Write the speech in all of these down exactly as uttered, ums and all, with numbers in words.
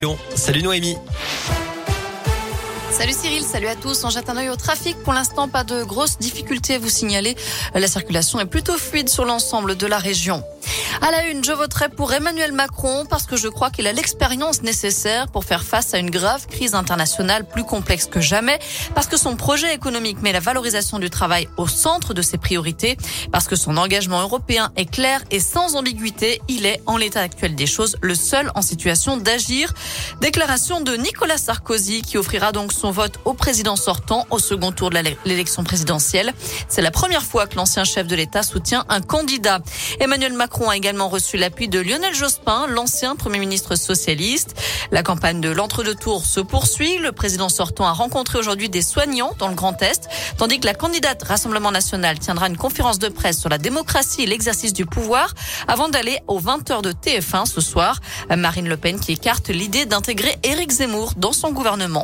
Salut Noémie. Salut Cyril, salut à tous. On jette un œil au trafic. Pour l'instant, pas de grosses difficultés à vous signaler. La circulation est plutôt fluide sur l'ensemble de la région. À la une, je voterai pour Emmanuel Macron parce que je crois qu'il a l'expérience nécessaire pour faire face à une grave crise internationale plus complexe que jamais, parce que son projet économique met la valorisation du travail au centre de ses priorités, parce que son engagement européen est clair et sans ambiguïté. Il est, en l'état actuel des choses, le seul en situation d'agir. Déclaration de Nicolas Sarkozy qui offrira donc son vote au président sortant au second tour de l'élection présidentielle. C'est la première fois que l'ancien chef de l'État soutient un candidat. Emmanuel Macron a également reçu l'appui de Lionel Jospin, l'ancien Premier ministre socialiste. La campagne de l'entre-deux tours se poursuit. Le président sortant a rencontré aujourd'hui des soignants dans le Grand Est, tandis que la candidate Rassemblement National tiendra une conférence de presse sur la démocratie et l'exercice du pouvoir avant d'aller aux vingt heures de T F un ce soir. Marine Le Pen qui écarte l'idée d'intégrer Éric Zemmour dans son gouvernement.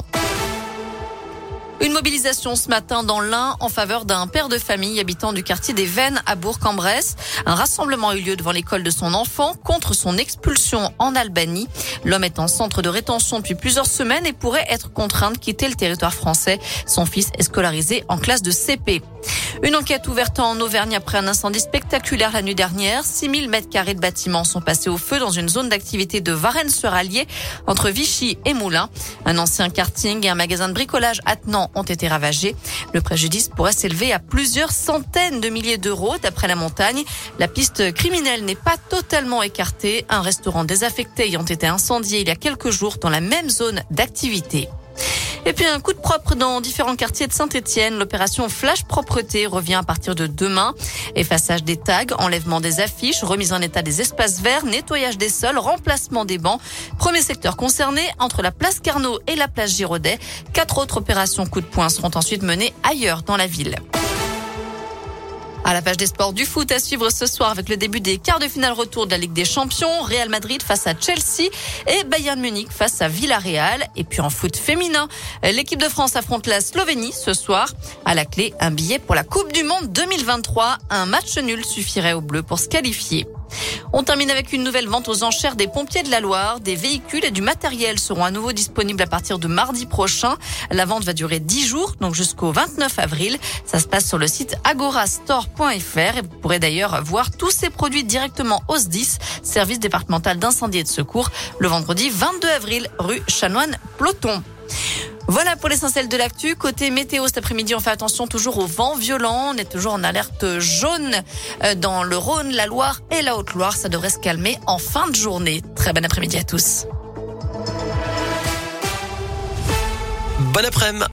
Une mobilisation ce matin dans l'Ain en faveur d'un père de famille habitant du quartier des Vennes à Bourg-en-Bresse. Un rassemblement a eu lieu devant l'école de son enfant contre son expulsion en Albanie. L'homme est en centre de rétention depuis plusieurs semaines et pourrait être contraint de quitter le territoire français. Son fils est scolarisé en classe de C P. Une enquête ouverte en Auvergne après un incendie spectaculaire la nuit dernière. six mille mètres carrés de bâtiments sont passés au feu dans une zone d'activité de Varennes-sur-Allier entre Vichy et Moulins. Un ancien karting et un magasin de bricolage attenant ont été ravagés. Le préjudice pourrait s'élever à plusieurs centaines de milliers d'euros d'après la montagne. La piste criminelle n'est pas totalement écartée. Un restaurant désaffecté ayant été incendié il y a quelques jours dans la même zone d'activité. Et puis un coup de propre dans différents quartiers de Saint-Étienne. L'opération Flash Propreté revient à partir de demain. Effaçage des tags, enlèvement des affiches, remise en état des espaces verts, nettoyage des sols, remplacement des bancs. Premier secteur concerné entre la place Carnot et la place Giraudet. Quatre autres opérations coup de poing seront ensuite menées ailleurs dans la ville. À la page des sports du foot à suivre ce soir avec le début des quarts de finale retour de la Ligue des Champions. Real Madrid face à Chelsea et Bayern Munich face à Villarreal. Et puis en foot féminin, l'équipe de France affronte la Slovénie ce soir. À la clé, un billet pour la Coupe du Monde deux mille vingt-trois. Un match nul suffirait aux Bleus pour se qualifier. On termine avec une nouvelle vente aux enchères des pompiers de la Loire. Des véhicules et du matériel seront à nouveau disponibles à partir de mardi prochain. La vente va durer dix jours, donc jusqu'au vingt-neuf avril. Ça se passe sur le site agorastore point f r et vous pourrez d'ailleurs voir tous ces produits directement au S D I S, service départemental d'incendie et de secours, le vendredi vingt-deux avril, rue Chanoine-Ploton. Voilà pour l'essentiel de l'actu. Côté météo, cet après-midi, on fait attention toujours au vent violent. On est toujours en alerte jaune dans le Rhône, la Loire et la Haute-Loire. Ça devrait se calmer en fin de journée. Très bon après-midi à tous. Bon après-midi.